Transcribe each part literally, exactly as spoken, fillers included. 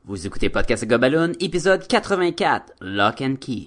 Vous écoutez Podcast Gobaloon, épisode quatre-vingt-quatre, Lock and Key.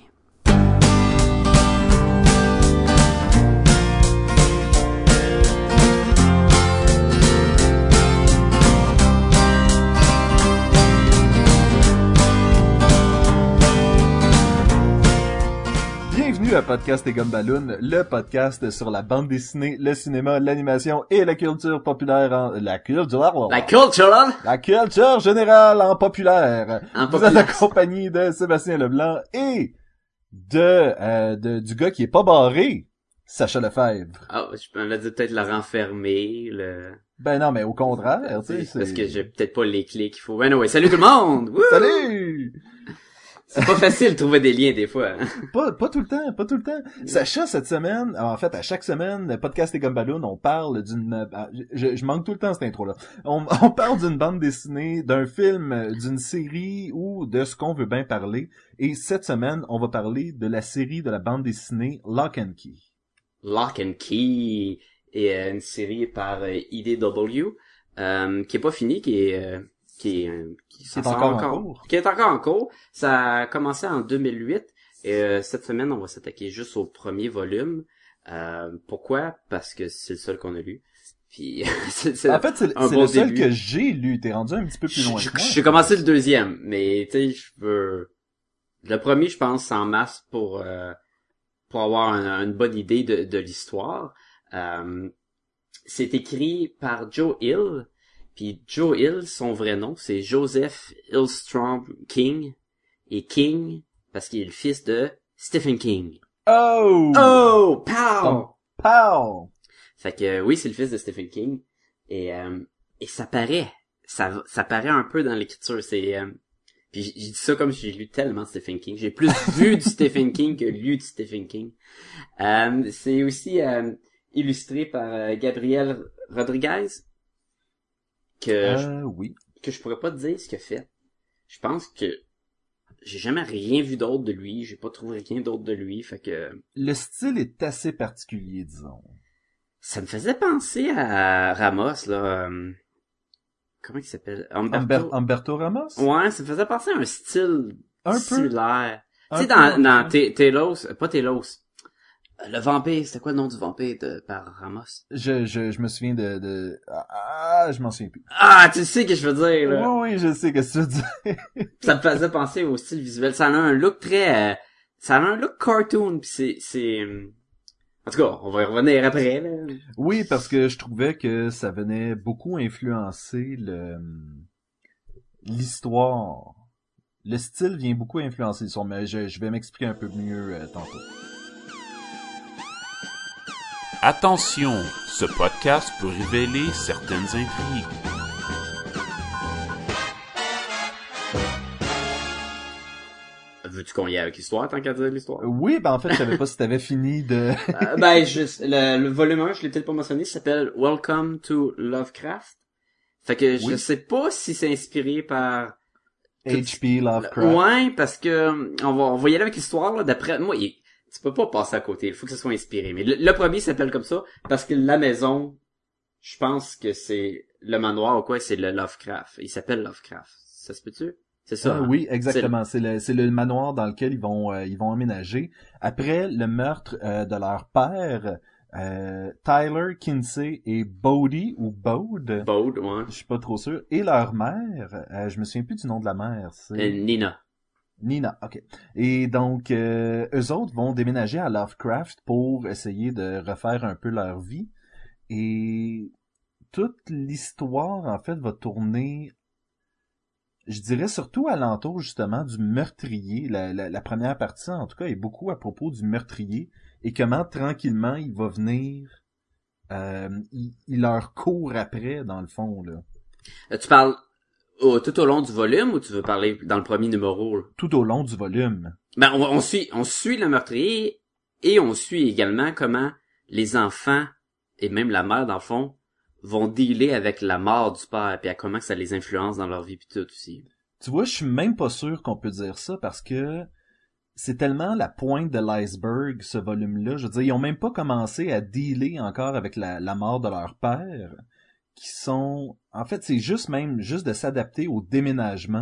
Bienvenue à Podcast et Gumballoon, le podcast sur la bande dessinée, le cinéma, l'animation et la culture populaire en... La culture... La culture! La culture générale en populaire. En Vous populaire. êtes accompagné de Sébastien Leblanc et de, euh, de du gars qui est pas barré, Sacha Lefebvre. Ah, oh, je me dire peut-être le renfermer, le... Ben non, mais au contraire, tu sais. C'est parce c'est- que j'ai peut-être pas les clés qu'il faut. Ben ouais, salut tout le monde! Wouh! Salut! C'est pas facile de trouver des liens des fois. hein. Pas, pas tout le temps, pas tout le temps. Sacha, cette semaine, en fait, à chaque semaine, le podcast et Gumballoon, on parle d'une... ah, Je, je manque tout le temps cette intro-là. On, on parle d'une bande dessinée, d'un film, d'une série ou de ce qu'on veut bien parler. Et cette semaine, on va parler de la série de la bande dessinée Lock and Key. Lock and Key est euh, une série par euh, I D W, euh, qui est pas finie, qui est... euh, qui est, euh, qui s'en Qui est sort encore en cours. Qui est encore en cours. Ça a commencé en deux mille huit. Et euh, cette semaine, on va s'attaquer juste au premier volume. Euh, pourquoi? Parce que c'est le seul qu'on a lu. Puis c'est, c'est En fait, c'est, un c'est bon le seul début. que j'ai lu. T'es rendu un petit peu plus loin Je- que moi. J'ai commencé le deuxième, mais tu sais, je veux... Le premier, je pense, c'est en masse pour euh, pour avoir un- une bonne idée de, de l'histoire. Euh, c'est écrit par Joe Hill. Puis Joe Hill, son vrai nom, c'est Joseph Hillstrom King. Et King, parce qu'il est le fils de Stephen King. Oh! Oh! Pow! Pow! Fait que oui, c'est le fils de Stephen King. Et euh, et ça paraît. Ça ça paraît un peu dans l'écriture. C'est euh, puis j'ai dit ça comme j'ai lu tellement de Stephen King. J'ai plus vu du Stephen King que lu du Stephen King. Euh, c'est aussi euh, illustré par euh, Gabriel Rodriguez. Que je, Euh, oui. que je pourrais pas te dire ce qu'il a fait. Je pense que j'ai jamais rien vu d'autre de lui. J'ai pas trouvé rien d'autre de lui. Fait que Le style est assez particulier, disons. ça me faisait penser à Ramos, là. euh, comment il s'appelle? Humberto. Humber- Humberto Ramos? Ouais, ça me faisait penser à un style Un peu. similaire. Tu Un sais, peu, dans, un dans peu. Te- Telos, euh, pas Telos. euh, Le vampire, c'était quoi le nom du vampire de, par Ramos? Je, je, je me souviens de, de, ah, je m'en souviens plus. Ah, tu sais ce que je veux dire, là. Oui, oui, je sais que tu veux dire. Ça me faisait penser au style visuel. Ça a un look très... euh, ça a un look cartoon, pis c'est... c'est euh, En tout cas, on va y revenir après, là. Oui, parce que je trouvais que ça venait beaucoup influencer le, l'histoire. Le style vient beaucoup influencer l'histoire, mais je, je vais m'expliquer un peu mieux euh, tantôt. Attention, ce podcast peut révéler certaines intrigues. Veux-tu qu'on y aille avec l'histoire, tant qu'à dire l'histoire? Oui, ben en fait, je savais pas si t'avais fini de... Euh, ben, juste, le, le volume un, je l'ai peut-être pas mentionné, ça s'appelle Welcome to Lovecraft. Fait que je Oui. sais pas si c'est inspiré par... H P Lovecraft. Ouais, parce que on va, on va y aller avec l'histoire, là. D'après moi, il- tu peux pas passer à côté. Il faut que ça soit inspiré. Mais le, le premier s'appelle comme ça parce que la maison, je pense que c'est le manoir ou quoi, c'est le Lovecraft. Il s'appelle Lovecraft. Ça se peut-tu? C'est ça. Ah, hein? oui, exactement. C'est le, c'est le manoir dans lequel ils vont, euh, ils vont emménager. Après le meurtre euh, de leur père, euh, Tyler, Kinsey et Bodie, ou Bode, Bode, ouais. je suis pas trop sûr, et leur mère, euh, je me souviens plus du nom de la mère, c'est Euh, Nina. Nina, ok. Et donc, euh, eux autres vont déménager à Lovecraft pour essayer de refaire un peu leur vie. Et toute l'histoire, en fait, va tourner, je dirais surtout alentour, justement, du meurtrier. La, la, la première partie, en tout cas, est beaucoup à propos du meurtrier et comment, tranquillement, il va venir, euh, il, il leur court après, dans le fond, là. Euh, tu parles au- tout au long du volume ou tu veux parler dans le premier numéro, là? Tout au long du volume. Ben, on, on suit, on suit le meurtrier et on suit également comment les enfants et même la mère, dans le fond, vont dealer avec la mort du père puis à comment que ça les influence dans leur vie pis tout aussi. Tu vois, je suis même pas sûr qu'on peut dire ça parce que c'est tellement la pointe de l'iceberg, ce volume-là. Je veux dire, ils ont même pas commencé à dealer encore avec la, la mort de leur père, qui sont... En fait, c'est juste même, juste de s'adapter au déménagement.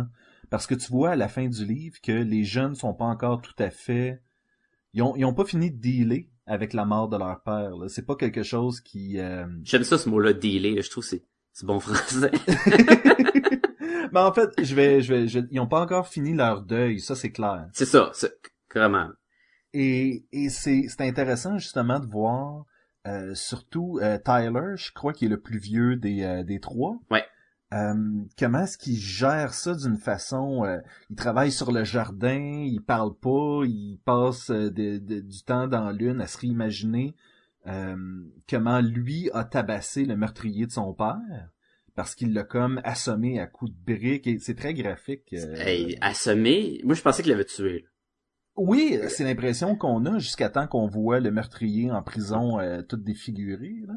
Parce que tu vois à la fin du livre que les jeunes sont pas encore tout à fait... Ils ont, ils ont pas fini de dealer avec la mort de leur père. Là. C'est pas quelque chose qui... Euh... J'aime ça, ce mot-là, dealer. Je trouve que c'est, c'est bon français. Mais en fait, je vais, je vais, je... ils ont pas encore fini leur deuil. Ça, c'est clair. C'est ça, c'est vraiment. Et, et c'est, c'est intéressant, justement, de voir... Euh, surtout euh, Tyler, je crois qu'il est le plus vieux des, euh, des trois. Ouais. Euh, comment est-ce qu'il gère ça d'une façon... Euh, il travaille sur le jardin, il parle pas, il passe euh, de, de, du temps dans l'une à se réimaginer euh, comment lui a tabassé le meurtrier de son père, parce qu'il l'a comme assommé à coups de briques, et c'est très graphique. Euh... Hey, assommé? Moi, je pensais qu'il l'avait tué, là. Oui, c'est l'impression qu'on a jusqu'à temps qu'on voit le meurtrier en prison euh, tout défiguré, là.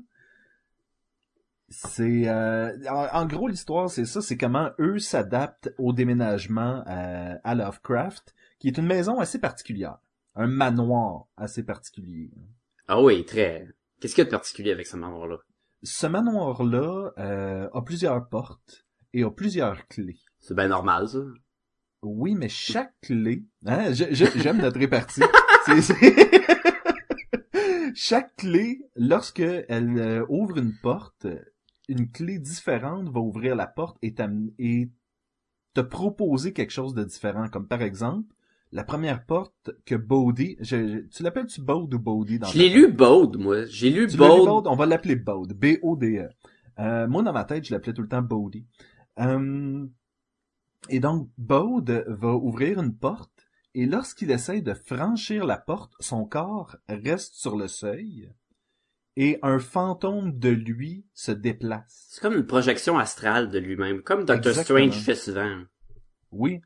C'est euh, en, en gros l'histoire c'est ça, c'est comment eux s'adaptent au déménagement euh, à Lovecraft, qui est une maison assez particulière, un manoir assez particulier. Ah oui, très. Qu'est-ce qu'il y a de particulier avec ce manoir-là? Ce manoir-là euh, a plusieurs portes et a plusieurs clés. C'est bien normal, ça. Oui, mais chaque clé, hein, je, je, j'aime notre répartie. c'est, c'est... chaque clé, lorsque elle euh, ouvre une porte, une clé différente va ouvrir la porte et, et te proposer quelque chose de différent. Comme par exemple, la première porte que Bodhi... Je, je, tu l'appelles-tu Bode ou Bodhi? Dans je l'ai lu Bode, moi. J'ai lu tu Bode. Bode. On va l'appeler Bode. B O D E. Euh, moi, dans ma tête, je l'appelais tout le temps Bodhi. Euh, et donc, Bode va ouvrir une porte et lorsqu'il essaye de franchir la porte, son corps reste sur le seuil. Et un fantôme de lui se déplace. C'est comme une projection astrale de lui-même, comme Doctor Exactement. Strange fait souvent. Oui.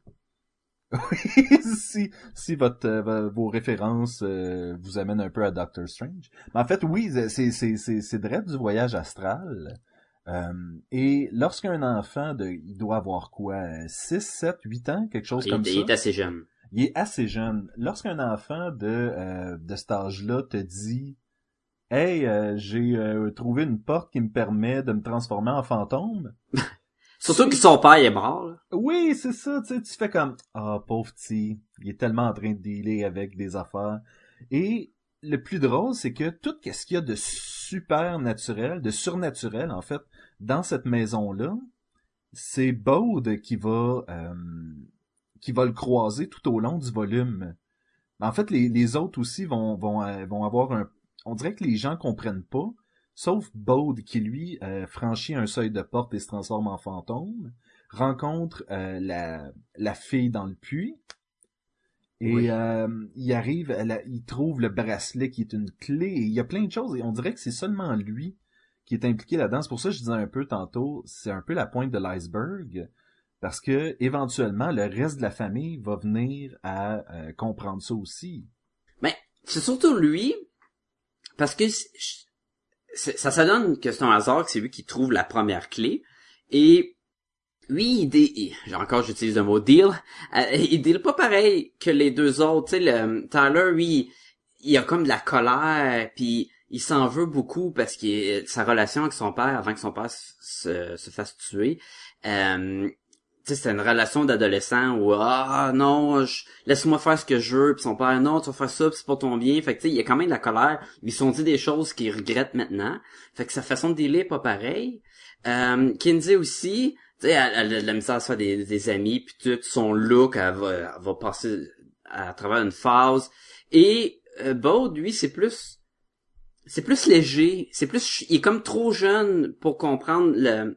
Oui, si, si votre, euh, vos références euh, vous amènent un peu à Doctor Strange. Mais en fait, oui, c'est, c'est, c'est, c'est direct du voyage astral. Euh, et lorsqu'un enfant, de, il doit avoir quoi, six, sept, huit ans, quelque chose il, comme il ça. Il est assez jeune. Il est assez jeune. Lorsqu'un enfant de, euh, de cet âge-là te dit... Hey, euh, j'ai euh, trouvé une porte qui me permet de me transformer en fantôme. Surtout tu... que son père est mort, là. Oui, c'est ça, tu sais, tu fais comme, ah, oh, pauvre petit, il est tellement en train de dealer avec des affaires. Et le plus drôle, c'est que tout ce qu'il y a de super naturel, de surnaturel, en fait, dans cette maison-là, c'est Bode qui va, euh, qui va le croiser tout au long du volume. En fait, les, les autres aussi vont, vont, euh, vont avoir un on dirait que les gens comprennent pas, sauf Bode qui, lui, euh, franchit un seuil de porte et se transforme en fantôme, rencontre euh, la, la fille dans le puits, et oui. euh, il arrive, elle, il trouve le bracelet qui est une clé, et il y a plein de choses, et on dirait que c'est seulement lui qui est impliqué là-dedans. C'est pour ça que je disais un peu tantôt, c'est un peu la pointe de l'iceberg, parce que éventuellement, le reste de la famille va venir à euh, comprendre ça aussi. Mais c'est surtout lui... Parce que c'est, ça, ça donne que c'est un hasard que c'est lui qui trouve la première clé. Et lui, il dé, genre encore j'utilise le mot deal, euh, il deal pas pareil que les deux autres. Tu sais, le Tyler, lui, il a comme de la colère, puis il s'en veut beaucoup parce que sa relation avec son père, avant que son père se, se fasse tuer, euh, tu sais, c'était une relation d'adolescent où ah non, je, laisse-moi faire ce que je veux, puis son père non, tu vas faire ça, puis c'est pour ton bien. Fait que tu sais, il y a quand même de la colère. Ils se sont dit des choses qu'ils regrettent maintenant. Fait que sa façon de dealer est pas pareille. Euh, Kinsey aussi, tu sais, elle, elle a de la misère à se faire des, des amis, puis tout son look, elle va, elle va passer à travers une phase. Et euh, Bode, lui, c'est plus, c'est plus léger, c'est plus, il est comme trop jeune pour comprendre le.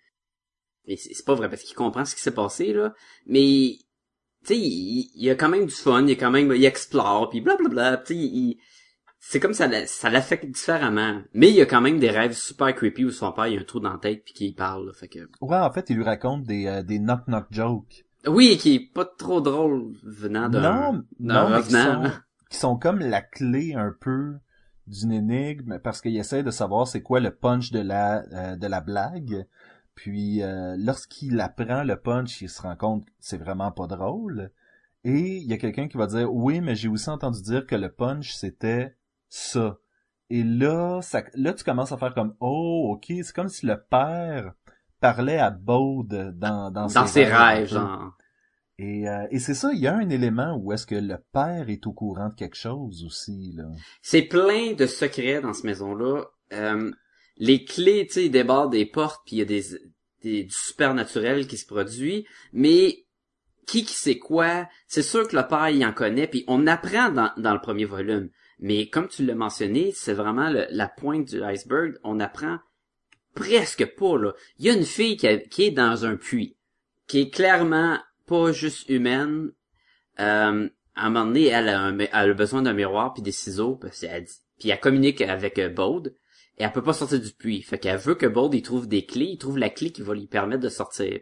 Mais c'est pas vrai parce qu'il comprend ce qui s'est passé là, mais tu sais il, il a quand même du fun, il a quand même il explore puis blablabla, tu sais il, c'est comme ça ça l'affecte différemment, mais il y a quand même des rêves super creepy où son père il a un trou dans la tête puis qu'il parle là, fait que ouais, en fait il lui raconte des euh, des knock knock jokes. Oui, qui est pas trop drôle venant d'un non d'un non revenant qui sont, qui sont comme la clé un peu d'une énigme parce qu'il essaie de savoir c'est quoi le punch de la euh, de la blague. Puis euh, lorsqu'il apprend le punch, il se rend compte que c'est vraiment pas drôle. Et il y a quelqu'un qui va dire « Oui, mais j'ai aussi entendu dire que le punch, c'était ça. » Et là, ça, là, tu commences à faire comme « Oh, ok, c'est comme si le père parlait à Bode dans, dans, dans ses, ses rêves. rêves genre. Et, euh, et c'est ça, il y a un élément où est-ce que le père est au courant de quelque chose aussi, là. C'est plein de secrets dans cette maison-là. Euh, les clés, tu sais, ils débordent des portes, puis il y a des, des du supernaturel qui se produit, mais qui qui sait quoi? C'est sûr que le père, il en connaît, puis on apprend dans, dans le premier volume. Mais comme tu l'as mentionné, c'est vraiment le- la pointe du iceberg. On apprend presque pas, là. Il y a une fille qui, a- qui est dans un puits, qui est clairement pas juste humaine. Euh, à un moment donné, elle a, un, elle a besoin d'un miroir puis des ciseaux, parce qu'elle dit, puis elle communique avec euh, Bode, et elle peut pas sortir du puits. Fait qu'elle veut que Bode, il trouve des clés, il trouve la clé qui va lui permettre de sortir.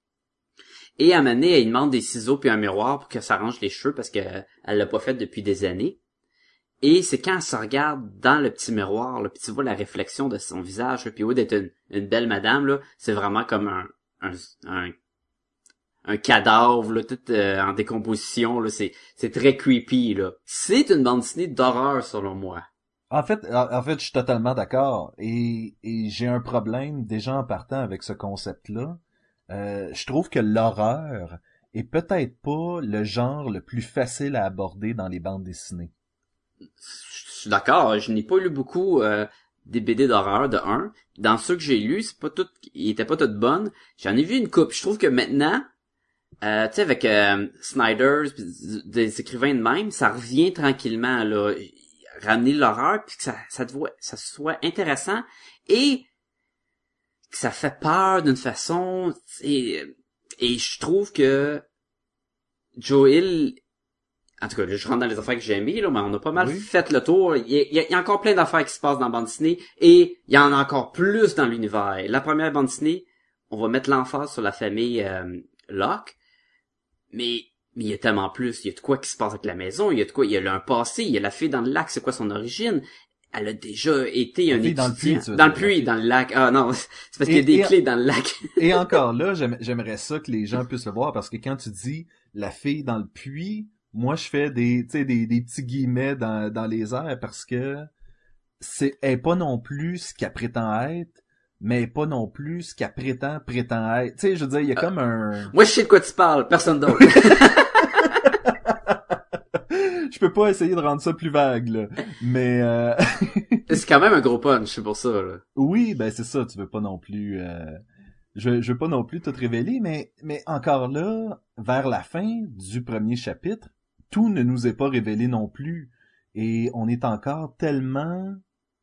Et à un moment donné, elle demande des ciseaux puis un miroir pour que ça arrange les cheveux, parce que euh, elle l'a pas fait depuis des années. Et c'est quand elle se regarde dans le petit miroir, là, puis tu vois la réflexion de son visage, là, puis au lieu d'être une, une belle madame, là, c'est vraiment comme un, un, un un cadavre là, tout euh, en décomposition là, c'est c'est très creepy là. C'est une bande dessinée d'horreur selon moi. En fait, en en fait, je suis totalement d'accord. Et, et j'ai un problème déjà en partant avec ce concept-là. Euh, je trouve que l'horreur est peut-être pas le genre le plus facile à aborder dans les bandes dessinées. Je suis d'accord, je n'ai pas lu beaucoup euh, des B D d'horreur de un. Dans ceux que j'ai lus, c'est pas tout, ils étaient pas toutes bonnes. J'en ai vu une couple. Je trouve que maintenant euh, tu sais avec euh, Snyder, des écrivains de même, ça revient tranquillement là, ramener l'horreur puis que ça ça, doit, ça soit intéressant et que ça fait peur d'une façon et, et je trouve que Joe Hill, en tout cas, là, je rentre dans les affaires que j'ai aimées, là, mais on a pas mal Oui. fait le tour. Il y, a, il y a encore plein d'affaires qui se passent dans la bande dessinée et il y en a encore plus dans l'univers. La première bande dessinée, on va mettre l'emphase sur la famille euh, Locke, mais mais il y a tellement plus. Il y a de quoi qui se passe avec la maison, il y a de quoi, il y a un passé, il y a la fille dans le lac, c'est quoi son origine? Elle a déjà été La un fille dans le étudiant. puits, tu veux dans le dire. puits, dans le lac. Ah non, c'est parce qu'il y a Et- des et- clés dans le lac. Et encore là, j'aime- j'aimerais ça que les gens puissent le voir parce que quand tu dis la fille dans le puits, moi je fais des, tu sais, des, des petits guillemets dans, dans les airs parce que c'est, elle est pas non plus ce qu'elle prétend être, mais elle est pas non plus ce qu'elle prétend prétend être. Tu sais, je veux dire, il y a comme un... Moi, je sais de quoi tu parles, personne d'autre. Je peux pas essayer de rendre ça plus vague, là. Mais euh... C'est quand même un gros punch, c'est pour ça, là. oui, ben c'est ça, tu veux pas non plus... Euh... Je, je veux pas non plus tout révéler, mais, mais encore là, vers la fin du premier chapitre, tout ne nous est pas révélé non plus. Et on est encore tellement...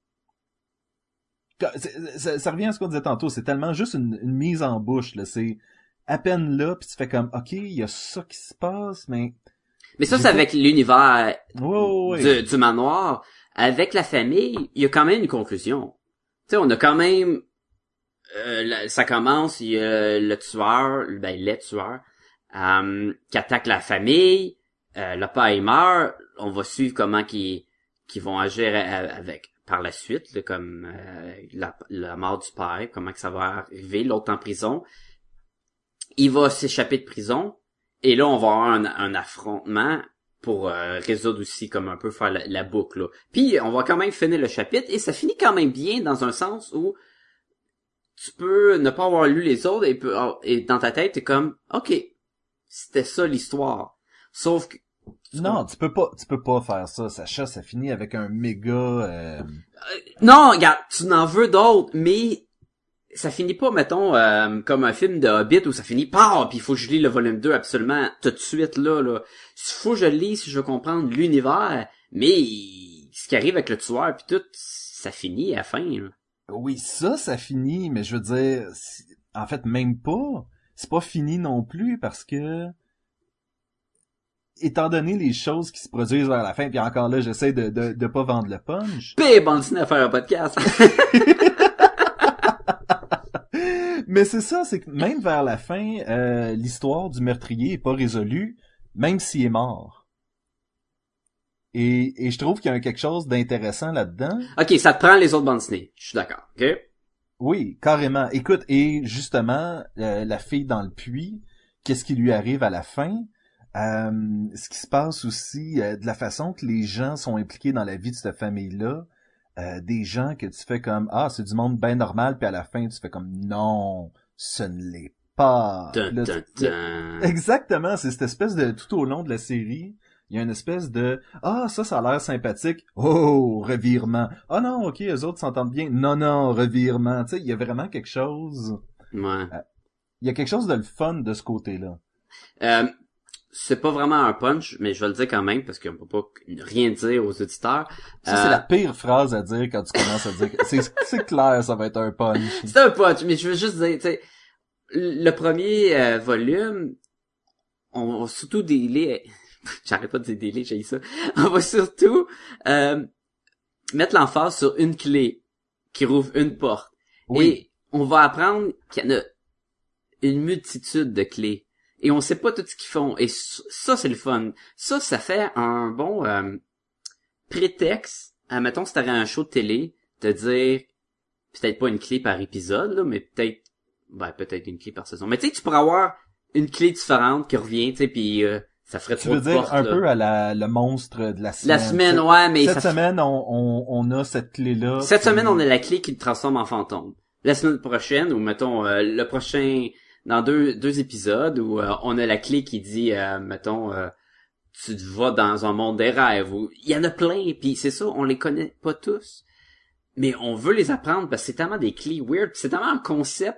C'est- Ça, ça revient à ce qu'on disait tantôt, c'est tellement juste une, une mise en bouche, là. C'est à peine là, puis tu fais comme, OK, il y a ça qui se passe, mais... Mais ça, J'ai c'est pas- avec l'univers Ouais, ouais, ouais. du, du manoir. Avec la famille, il y a quand même une conclusion. Tu sais, on a quand même... euh, la- ça commence, il y a le tueur, ben les tueurs, euh, qui attaquent la famille. Euh, le père, il meurt. On va suivre comment qu'ils qu'ils vont agir a- avec par la suite, là, comme euh, la, la mort du père, comment que ça va arriver, l'autre en prison. Il va s'échapper de prison. Et là, on va avoir un, un affrontement pour euh, résoudre aussi, comme un peu faire la, la boucle. Là. Puis, on va quand même finir le chapitre, et ça finit quand même bien dans un sens où tu peux ne pas avoir lu les autres, et, peut- et dans ta tête, t'es comme, OK, c'était ça l'histoire. Sauf que... Non, tu peux pas, tu peux pas faire ça, Sacha, ça finit avec un méga... euh, Non, regarde, tu n'en veux d'autres, mais ça finit pas, mettons, euh, comme un film de Hobbit où ça finit par, puis il faut que je lis le volume deux absolument tout de suite, là, là. Il faut que je le lise si je veux comprendre l'univers, mais ce qui arrive avec le tueur, puis tout, ça finit à la fin, là. Oui, ça, ça finit, mais je veux dire, si- en fait, même pas. C'est pas fini non plus parce que, étant donné les choses qui se produisent vers la fin, puis encore là, j'essaie de, de, de pas vendre le punch. Pire bande dessinée à faire un podcast. Mais c'est ça, c'est que même vers la fin, euh, l'histoire du meurtrier est pas résolue, même s'il est mort. Et, et je trouve qu'il y a quelque chose d'intéressant là-dedans. OK, ça te prend les autres bandes dessinées. Je suis d'accord, OK? Oui, carrément. Écoute, et justement, euh, la fille dans le puits, qu'est-ce qui lui arrive à la fin? Euh, ce qui se passe aussi, euh, de la façon que les gens sont impliqués dans la vie de cette famille-là, euh, des gens que tu fais comme, ah, c'est du monde bien normal, puis à la fin, tu fais comme, non, ce ne l'est pas. Dun, Le- dun, le- dun. Exactement, c'est cette espèce de tout au long de la série, il y a une espèce de ah ça ça a l'air sympathique. Oh, revirement. Ah non, OK, eux autres s'entendent bien. Non non, revirement. Tu sais, il y a vraiment quelque chose Ouais. il y a quelque chose de le fun de ce côté-là. Euh, c'est pas vraiment un punch, mais je vais le dire quand même parce qu'on peut pas rien dire aux auditeurs. Ça Euh, c'est la pire phrase à dire quand tu commences à dire que c'est c'est clair, ça va être un punch. C'est un punch, mais je veux juste dire, tu sais, le premier euh, volume, on va surtout dealer, j'arrête pas de dire dealer, j'ai ça, on va surtout euh, mettre l'emphase sur une clé qui rouvre une porte. Oui. Et on va apprendre qu'il y en a une multitude de clés. Et on sait pas tout ce qu'ils font. Et ça, c'est le fun. Ça, ça fait un bon euh, prétexte, à, mettons, si t'aurais un show de télé, de dire, peut-être pas une clé par épisode, là, mais peut-être, ben, peut-être une clé par saison. Mais tu sais, tu pourrais avoir une clé différente qui revient, tu sais, puis euh, ça ferait Tu trop veux de dire portes, un là. peu à la le monstre de la semaine. La semaine, Cette- ouais, mais Cette ça semaine, on, on, on a cette clé-là. Cette puis- semaine, on a la clé qui te transforme en fantôme. La semaine prochaine, ou mettons euh, le prochain, dans deux deux épisodes, où euh, on a la clé qui dit, euh, mettons, euh, tu vas dans un monde des rêves. Ou il y en a plein, puis c'est ça, on les connaît pas tous, mais on veut les apprendre parce que c'est tellement des clés weird, c'est tellement un concept,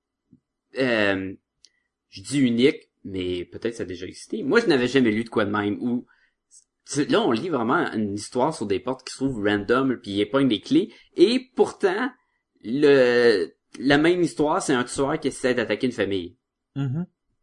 euh, je dis unique, mais peut-être ça a déjà existé. Moi, je n'avais jamais lu de quoi de même. Ou c'est- là, on lit vraiment une histoire sur des portes qui se trouvent random, puis il pogne des clés, et pourtant le la même histoire, c'est un tueur qui essaie d'attaquer une famille. Mhm.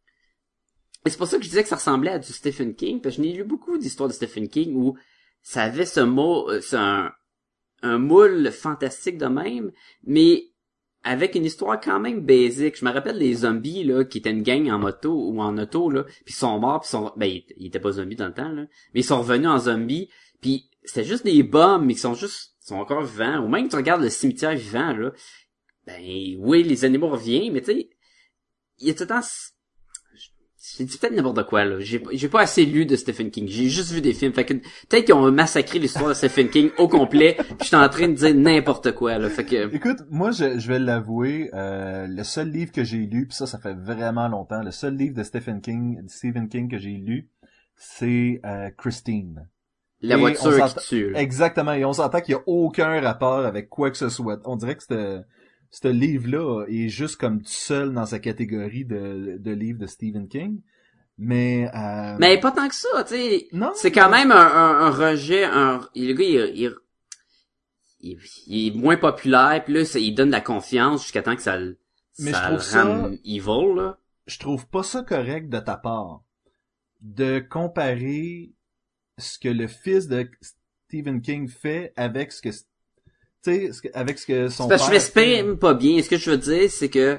Et c'est pour ça que je disais que ça ressemblait à du Stephen King, parce que je n'ai lu beaucoup d'histoires de Stephen King où ça avait ce mot, euh, c'est un, un moule fantastique de même, mais avec une histoire quand même basique. Je me rappelle les zombies là qui étaient une gang en moto ou en auto là, puis ils sont morts, puis ils sont ben ils, ils étaient pas zombies dans le temps là, mais ils sont revenus en zombies, puis c'était juste des bombes, mais ils sont juste ils sont encore vivants. Ou même que tu regardes le cimetière vivant là, ben oui, les animaux reviennent, mais tu sais, il y a tout le temps j'ai dit peut-être n'importe quoi, là. J'ai, j'ai pas assez lu de Stephen King. J'ai juste vu des films. Fait que, peut-être qu'ils ont massacré l'histoire de Stephen King au complet. Puis je suis en train de dire n'importe quoi, là. Fait que, Écoute, moi, je, je vais l'avouer, euh, le seul livre que j'ai lu, puis ça, ça fait vraiment longtemps, le seul livre de Stephen King, de Stephen King que j'ai lu, c'est euh, Christine. la Et on voiture s'entend- qui tue, là. Exactement, et on s'entend qu'il y a aucun rapport avec quoi que ce soit. On dirait que ce ce livre-là est juste comme tout seul dans sa catégorie de, de livres de Stephen King. Mais euh... Mais pas tant que ça, tu sais. non, C'est quand même un, un, un rejet, un, le gars, il, il, il, il est moins populaire, puis là, ça, il donne de la confiance jusqu'à temps que ça, le- Mais ça je trouve le ça- rende evil, là. je trouve pas ça correct de ta part de comparer ce que le fils de Stephen King fait avec ce que tu sais ce que- avec ce que son C'est parce que je père m'exprime fait. pas bien. Ce que je veux dire, c'est que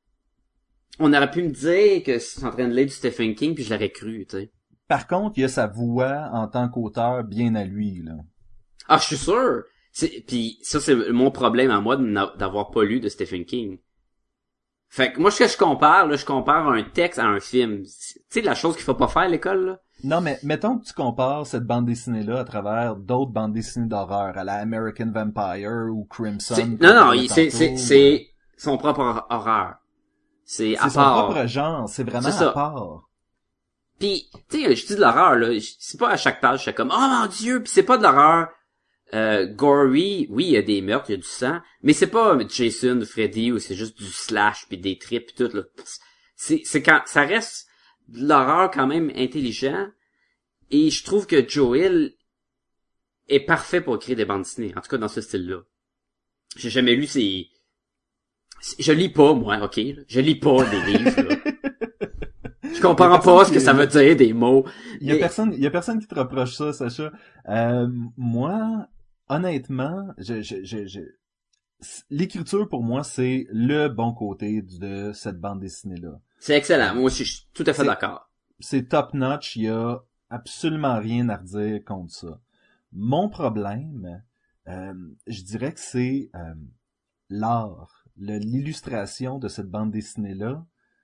on aurait pu me dire que c'est en train de lire du Stephen King, puis je l'aurais cru, tu sais. Par contre, il y a sa voix en tant qu'auteur bien à lui là. Ah, je suis sûr. C'est, puis ça, c'est mon problème à moi de n'a- d'avoir pas lu de Stephen King. Fait que moi, ce que je compare, là, je compare un texte à un film. Tu sais, la chose qu'il faut pas faire à l'école, là. Non, mais mettons que tu compares cette bande dessinée-là à travers d'autres bandes dessinées d'horreur, à la American Vampire ou Crimson. C'est- qu'on non, non, parlait il- c'est, tantôt. c'est, c'est son propre hor- horreur. C'est à C'est son part. propre genre, c'est vraiment C'est ça. à part. Puis, tu sais, je dis de l'horreur, là. je- C'est pas à chaque page, je suis comme, oh mon dieu, puis c'est pas de l'horreur euh, gory. Oui, il y a des meurtres, il y a du sang, mais c'est pas Jason, Freddy, ou c'est juste du slash, puis des tripes, puis tout, là. C'est, c'est quand, ça reste de l'horreur quand même intelligent, et je trouve que Joel est parfait pour écrire des bandes dessinées, en tout cas dans ce style-là. J'ai jamais lu ces... Je lis pas, moi, ok? là. Je lis pas des livres, là. Je comprends Il y a pas personne ce que qui- ça veut dire, des mots. Il y a Mais- personne, il y a personne qui te reproche ça, Sacha. Euh, moi, honnêtement, je, je, je, je- l'écriture pour moi, c'est le bon côté de cette bande dessinée-là. C'est excellent. Moi aussi, je suis tout à fait C'est- d'accord. C'est top notch, il y a absolument rien à redire contre ça. Mon problème, euh, je dirais que c'est euh, l'art, le- l'illustration de cette bande dessinée-là.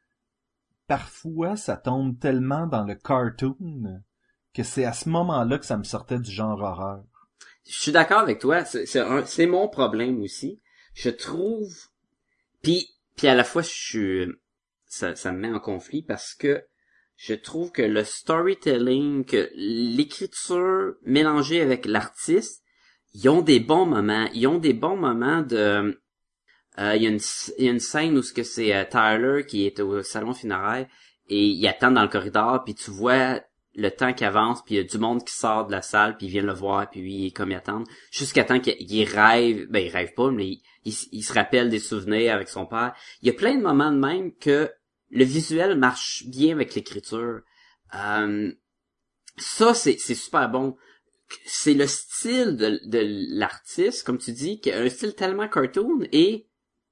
Parfois, ça tombe tellement dans le cartoon que c'est à ce moment-là que ça me sortait du genre horreur. Je suis d'accord avec toi. C'est, c'est, un- c'est mon problème aussi. Je trouve... Puis, puis à la fois, je suis... ça, ça me met en conflit parce que je trouve que le storytelling, que l'écriture mélangée avec l'artiste, ils ont des bons moments. Ils ont des bons moments de... Euh, il y a une, il y a une scène où ce que c'est euh, Tyler qui est au salon funéraire et il attend dans le corridor, puis tu vois le temps qui avance, puis il y a du monde qui sort de la salle, puis il vient le voir, puis lui, il est comme il attend, jusqu'à temps qu'il il rêve, ben il rêve pas, mais il, il, il se rappelle des souvenirs avec son père. Il y a plein de moments de même que le visuel marche bien avec l'écriture. Euh, ça, c'est, c'est super bon. C'est le style de, de l'artiste, comme tu dis, qui a un style tellement cartoon, et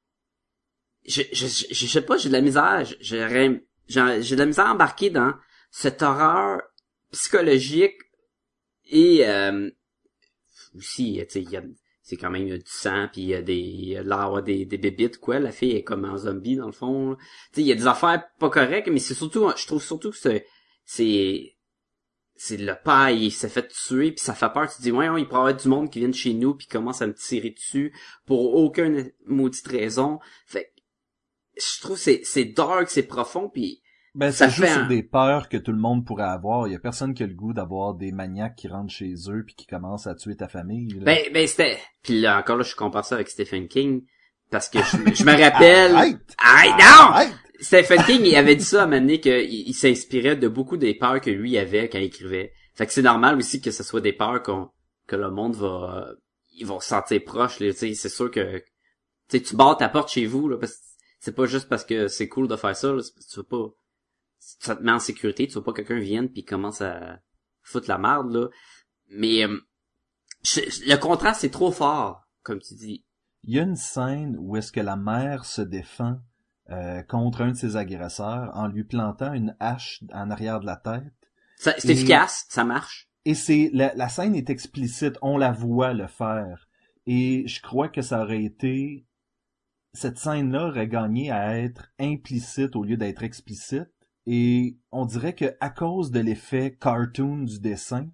je, je, je, je sais pas, j'ai de la misère, j'ai, j'ai, j'ai de la misère à embarquer dans cette horreur psychologique et euh, aussi, tu sais, il y a, c'est quand même il y a du sang, puis il y a des, il y a l'air des, des bébites, quoi. La fille est comme un zombie, dans le fond. Tu sais, il y a des affaires pas correctes, mais c'est surtout, je trouve surtout que c'est, c'est, c'est le père, il s'est fait tuer, puis ça fait peur. Tu te dis, ouais, ouais, il pourrait y avoir du monde qui vient de chez nous, puis commence à me tirer dessus pour aucune maudite raison. Fait je trouve que c'est, c'est dark, c'est profond, puis ben, ça joue sur un... des peurs que tout le monde pourrait avoir. Il y a personne qui a le goût d'avoir des maniaques qui rentrent chez eux puis qui commencent à tuer ta famille. Là. Ben, ben c'était... Puis là, encore là, je compare ça avec Stephen King, parce que je, je me rappelle... Arrête! Arrête, non! Arrête! Stephen King, il avait dit ça à un moment donné qu'il il s'inspirait de beaucoup des peurs que lui avait quand il écrivait. Fait que c'est normal aussi que ce soit des peurs qu'on, que le monde va... Ils vont se sentir proches, là, tu sais, c'est sûr que... Tu sais, tu barres ta porte chez vous, là, parce que c'est pas juste parce que c'est cool de faire ça, là, c'est parce que tu veux pas... Ça te met en sécurité, tu veux pas que quelqu'un vienne puis commence à foutre la merde, là. Mais euh, je, le contraste, c'est trop fort, comme tu dis. Il y a une scène où est-ce que la mère se défend euh, contre un de ses agresseurs en lui plantant une hache en arrière de la tête. Ça, c'est et, efficace, ça marche. Et c'est la, la scène est explicite, on la voit le faire. Et je crois que ça aurait été... Cette scène-là aurait gagné à être implicite au lieu d'être explicite. Et on dirait que à cause de l'effet cartoon du dessin,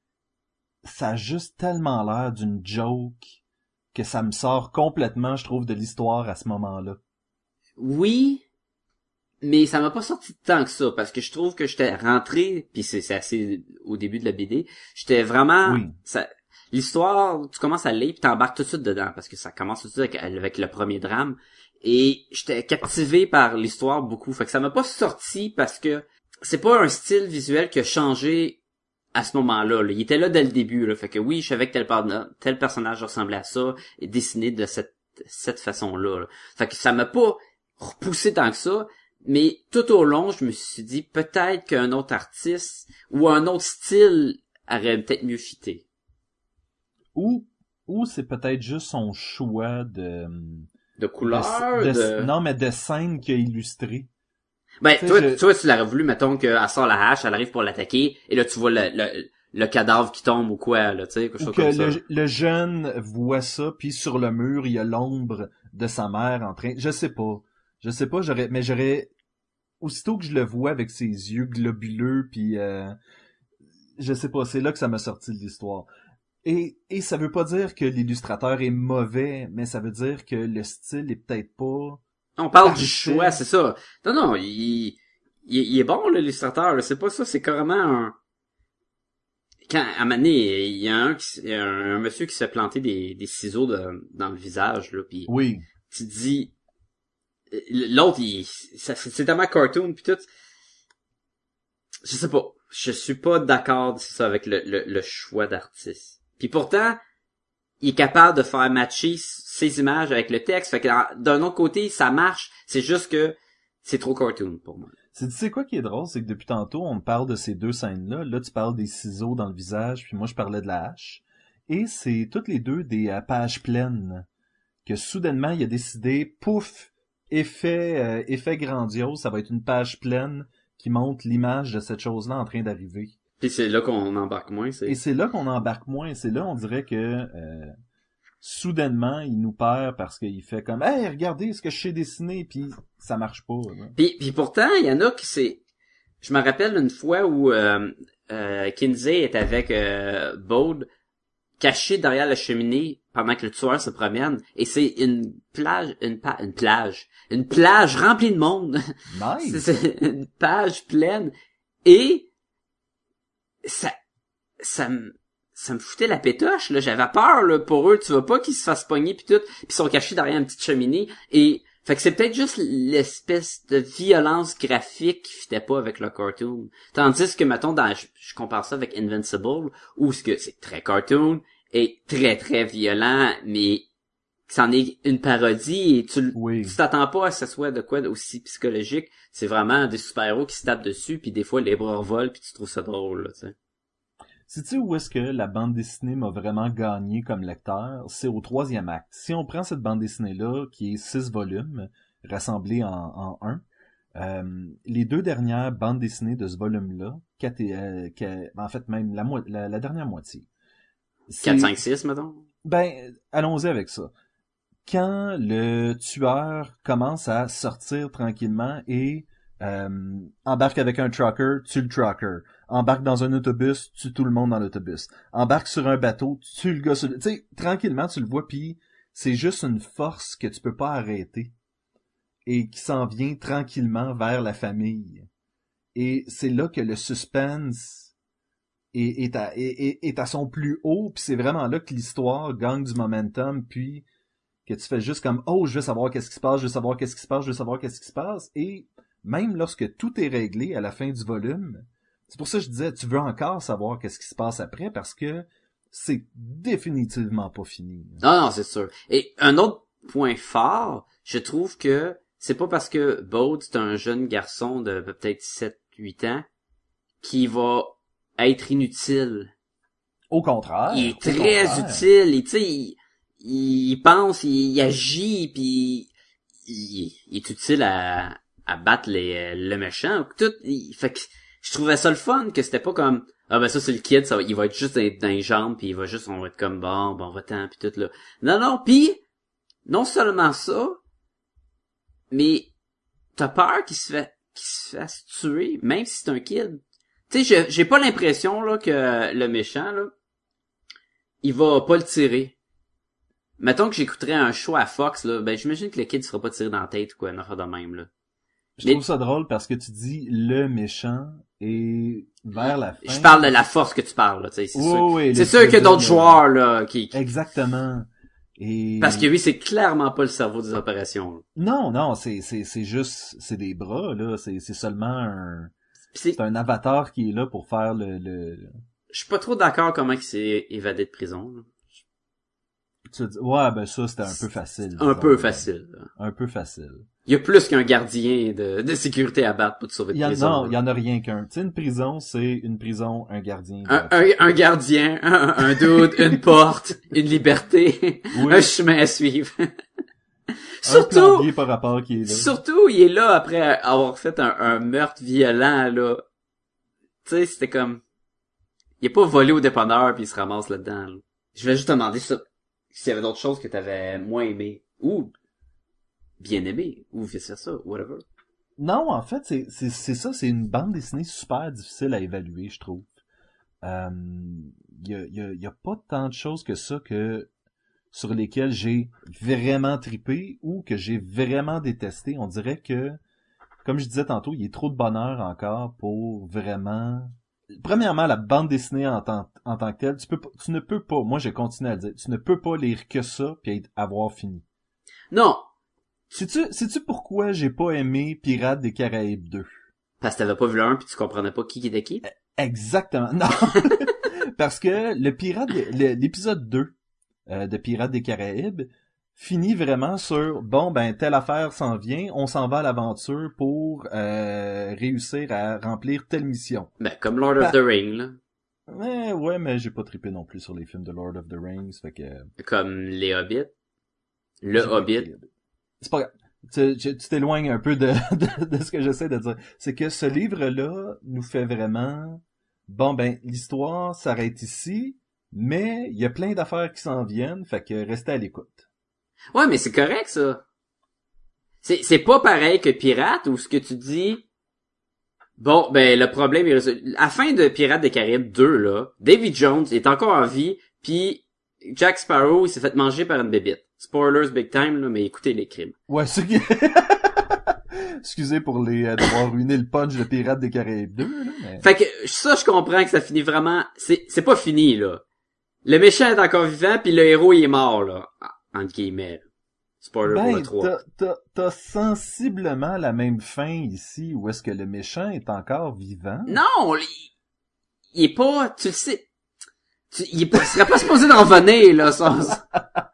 ça a juste tellement l'air d'une joke que ça me sort complètement, je trouve, de l'histoire à ce moment-là. Oui, mais ça m'a pas sorti tant que ça, parce que je trouve que j'étais rentré, puis c'est, c'est assez au début de la B D, j'étais vraiment... Oui. Ça, l'histoire, tu commences à lire, puis t'embarques tout de suite dedans, parce que ça commence tout de suite avec, avec le premier drame. Et j'étais captivé par l'histoire beaucoup. Fait que ça m'a pas sorti parce que c'est pas un style visuel qui a changé à ce moment-là. Là. Il était là dès le début. Là. Fait que oui, je savais que tel, tel personnage ressemblait à ça et dessiné de cette, cette façon-là. Là. Fait que ça m'a pas repoussé tant que ça. Mais tout au long, je me suis dit peut-être qu'un autre artiste ou un autre style aurait peut-être mieux fité. Ou, ou c'est peut-être juste son choix de... De couleurs, de, de, de... Non, mais de scènes qu'il a illustrées. Ben, toi, je... toi, tu l'aurais voulu, mettons, qu'elle sort la hache, elle arrive pour l'attaquer, et là, tu vois le, le, le cadavre qui tombe ou quoi, là, tu sais, quelque chose que comme ça. Le, le jeune voit ça, puis sur le mur, il y a l'ombre de sa mère en train... Je sais pas. Je sais pas, j'aurais... Mais j'aurais... Aussitôt que je le vois avec ses yeux globuleux, puis... Euh... Je sais pas, c'est là que ça m'a sorti de l'histoire. Et, et ça veut pas dire que l'illustrateur est mauvais, mais ça veut dire que le style est peut-être pas... On parle parfait. Du choix, c'est ça. Non, non, il, il, il est bon, l'illustrateur, c'est pas ça, c'est carrément un... Quand, à un moment donné, il y a un, il y a un, un monsieur qui se fait planter des, des ciseaux de, dans le visage, là, pis... Oui. Tu te dis... L'autre, il, ça, c'est tellement cartoon, pis tout... Je sais pas. Je suis pas d'accord, c'est ça, avec le, le, le choix d'artiste. Puis pourtant, il est capable de faire matcher ses images avec le texte. Fait que d'un autre côté, ça marche. C'est juste que c'est trop cartoon pour moi. C'est, tu sais quoi qui est drôle, c'est que depuis tantôt, on me parle de ces deux scènes-là. Là, tu parles des ciseaux dans le visage, puis moi, je parlais de la hache. Et c'est toutes les deux des euh, pages pleines. Que soudainement, il a décidé, pouf, effet, euh, effet grandiose, ça va être une page pleine qui montre l'image de cette chose-là en train d'arriver. Puis c'est là qu'on embarque moins. C'est... Et c'est là qu'on embarque moins. C'est là, on dirait que euh, soudainement, il nous perd parce qu'il fait comme « Hey, regardez ce que je sais dessiner », puis ça marche pas. Puis, puis pourtant, il y en a qui c'est... Je me rappelle une fois où euh, euh, Kinsey est avec euh, Bode, caché derrière la cheminée, pendant que le tueur se promène, et c'est une plage, une, pa- une plage, une plage remplie de monde. Nice! c'est, c'est une page pleine, et ça, ça me, ça me foutait la pétoche, là. J'avais peur, là, pour eux. Tu vois pas qu'ils se fassent pogner pis tout, pis ils sont cachés derrière une petite cheminée, et fait que c'est peut-être juste l'espèce de violence graphique qui fitait pas avec le cartoon. Tandis que, mettons, dans, je, je compare ça avec Invincible, où ce que c'est très cartoon, et très très violent, mais c'en est une parodie, et tu, oui. tu t'attends pas à ce que ce soit de quoi d'aussi psychologique. C'est vraiment des super-héros qui se tapent dessus, puis des fois les bras volent, puis tu trouves ça drôle, là, tu sais. Sais-tu où est-ce que la bande dessinée m'a vraiment gagné comme lecteur? C'est au troisième acte. Si on prend cette bande dessinée-là, qui est six volumes, rassemblés en, en un, euh, les deux dernières bandes dessinées de ce volume-là, quatre et, euh, que, en fait même la, mo- la, la dernière moitié. quatre, cinq, six, mettons? Ben, allons-y avec ça. Quand le tueur commence à sortir tranquillement et euh, embarque avec un trucker, tue le trucker. Embarque dans un autobus, tue tout le monde dans l'autobus. Embarque sur un bateau, tue le gars sur le... Tu sais, tranquillement, tu le vois, puis c'est juste une force que tu peux pas arrêter et qui s'en vient tranquillement vers la famille. Et c'est là que le suspense est, est, à, est, est à son plus haut, puis c'est vraiment là que l'histoire gagne du momentum, puis que tu fais juste comme « Oh, je veux savoir qu'est-ce qui se passe, je veux savoir qu'est-ce qui se passe, je veux savoir qu'est-ce qui se passe. » Et même lorsque tout est réglé à la fin du volume, c'est pour ça que je disais, tu veux encore savoir qu'est-ce qui se passe après, parce que c'est définitivement pas fini. Non, non, c'est sûr. Et un autre point fort, je trouve que c'est pas parce que Bode, c'est un jeune garçon de peut-être sept huit ans, qui va être inutile. Au contraire. Il est très contraire. utile, et tu sais, il, il pense, il, il agit, puis il, il est utile à, à battre les, le méchant, tout. Il, fait que je trouvais ça le fun, que c'était pas comme ah ben ça c'est le kid, ça va, il va être juste dans, dans les jambes, puis il va juste, on va être comme bon, bon, va-t'en, puis tout là. Non, non, puis non seulement ça, mais t'as peur qu'il se fait qu'il se fasse tuer, même si c'est un kid. Tu sais, j'ai pas l'impression là que le méchant là, il va pas le tirer. Mettons que j'écouterais un show à Fox là, ben j'imagine que le kid sera pas tiré dans la tête ou quoi, une affaire de même là. Je trouve ça drôle parce que tu dis le méchant et vers la fin. Je parle de la force que tu parles là, tu sais, c'est oui, sûr. Oui, c'est sûr qu'il y a d'autres joueurs là qui, qui... Exactement. Et... Parce que oui, c'est clairement pas le cerveau des opérations. Là. Non, non, c'est c'est c'est juste c'est des bras là, c'est c'est seulement un c'est... c'est un avatar qui est là pour faire le le Je suis pas trop d'accord comment il s'est évadé de prison. Là. Tu dis, ouais, ben ça c'était un peu facile. Un peu facile. Là. Un peu facile. Il y a plus qu'un gardien de, de sécurité à battre pour te sauver de il y en, prison. Non, il y en a rien qu'un. Tu sais, une prison, c'est une prison, un gardien. Un, un, un gardien, un, un dude, une porte, une liberté, oui. Un chemin à suivre. surtout, un par rapport qui est là. Surtout, il est là après avoir fait un, un meurtre violent, là. Tu sais, c'était comme... Il est pas volé au dépanneur puis il se ramasse là-dedans. Là. Je vais juste te demander ça. S'il y avait d'autres choses que t'avais moins aimé. Ou bien aimé. Ou vice-versa. Whatever. Non, en fait, c'est, c'est, c'est ça. C'est une bande dessinée super difficile à évaluer, je trouve. Il euh, y, a, y, a, y a pas tant de choses que ça que sur lesquelles j'ai vraiment trippé ou que j'ai vraiment détesté. On dirait que, comme je disais tantôt, il y a trop de bonheur encore pour vraiment... Premièrement, la bande dessinée en tant, en tant que telle, tu peux pas, tu ne peux pas, moi j'ai continué à le dire, tu ne peux pas lire que ça puis avoir fini. Non. Sais-tu, sais-tu pourquoi j'ai pas aimé Pirates des Caraïbes deux? Parce que t'avais pas vu le un puis tu comprenais pas qui était qui? Exactement. Non. Parce que le pirate, le, l'épisode deux euh, de Pirates des Caraïbes finit vraiment sur, bon, ben, telle affaire s'en vient, on s'en va à l'aventure pour euh, réussir à remplir telle mission. Ben, comme Lord bah, of the Rings, là. Ouais, ouais, mais j'ai pas trippé non plus sur les films de Lord of the Rings, fait que... Comme les Hobbits. Le Hobbit. C'est pas grave. Tu, tu, tu t'éloignes un peu de, de, de ce que j'essaie de dire. C'est que ce livre-là nous fait vraiment... Bon, ben, l'histoire s'arrête ici, mais il y a plein d'affaires qui s'en viennent, fait que restez à l'écoute. Ouais, mais c'est correct, ça. C'est, c'est pas pareil que Pirate, où ce que tu dis... Bon, ben, le problème est résolu. À la fin de Pirates des Caraïbes deux, là, Davy Jones est encore en vie, puis Jack Sparrow, il s'est fait manger par une bébite. Spoilers big time, là, mais écoutez les crimes. Ouais, c'est... Excusez pour les euh, d'avoir ruiné le punch de Pirates des Caraïbes deux, là, mais... Fait que, ça, je comprends que ça finit vraiment... C'est, c'est pas fini, là. Le méchant est encore vivant, puis le héros, il est mort, là. Entre guillemets. Là. Spoiler ben, pour le trois. T'as, t'as, t'as sensiblement la même fin ici, où est-ce que le méchant est encore vivant. Non! Il, il est pas... Tu le sais... Tu, il, est pas, il serait pas supposé d'en revenir, là, ça.